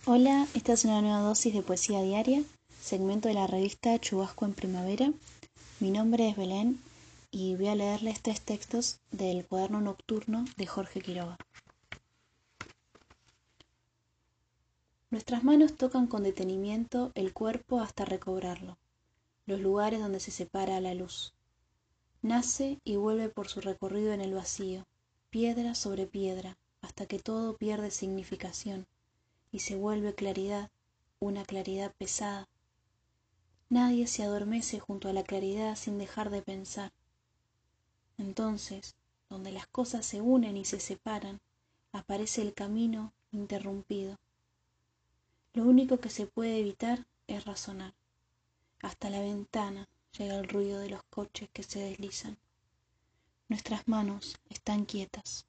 Hola, esta es una nueva dosis de poesía diaria, segmento de la revista Chubasco en Primavera. Mi nombre es Belén y voy a leerles 3 textos del Cuaderno Nocturno de Jorge Quiroga. Nuestras manos tocan con detenimiento el cuerpo hasta recobrarlo, los lugares donde se separa la luz. Nace y vuelve por su recorrido en el vacío, piedra sobre piedra, hasta que todo pierde significación y se vuelve claridad, una claridad pesada. Nadie se adormece junto a la claridad sin dejar de pensar. Entonces, donde las cosas se unen y se separan, aparece el camino interrumpido. Lo único que se puede evitar es razonar. Hasta la ventana llega el ruido de los coches que se deslizan. Nuestras manos están quietas.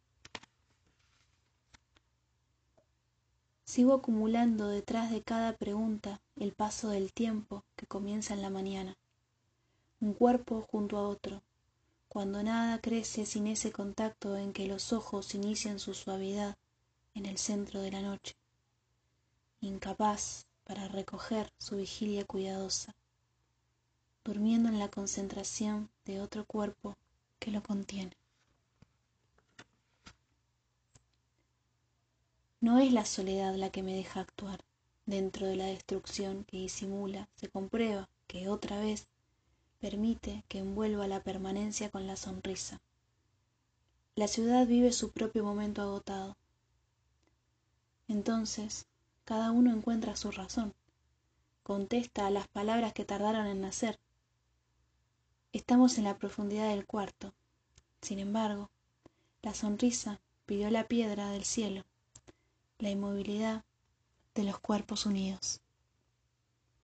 Sigo acumulando detrás de cada pregunta el paso del tiempo que comienza en la mañana. Un cuerpo junto a otro, cuando nada crece sin ese contacto en que los ojos inician su suavidad en el centro de la noche, incapaz para recoger su vigilia cuidadosa, durmiendo en la concentración de otro cuerpo que lo contiene. No es la soledad la que me deja actuar. Dentro de la destrucción que disimula, se comprueba que otra vez permite que envuelva la permanencia con la sonrisa. La ciudad vive su propio momento agotado. Entonces, cada uno encuentra su razón, contesta a las palabras que tardaron en nacer. Estamos en la profundidad del cuarto. Sin embargo, la sonrisa pidió la piedra del cielo, la inmovilidad de los cuerpos unidos.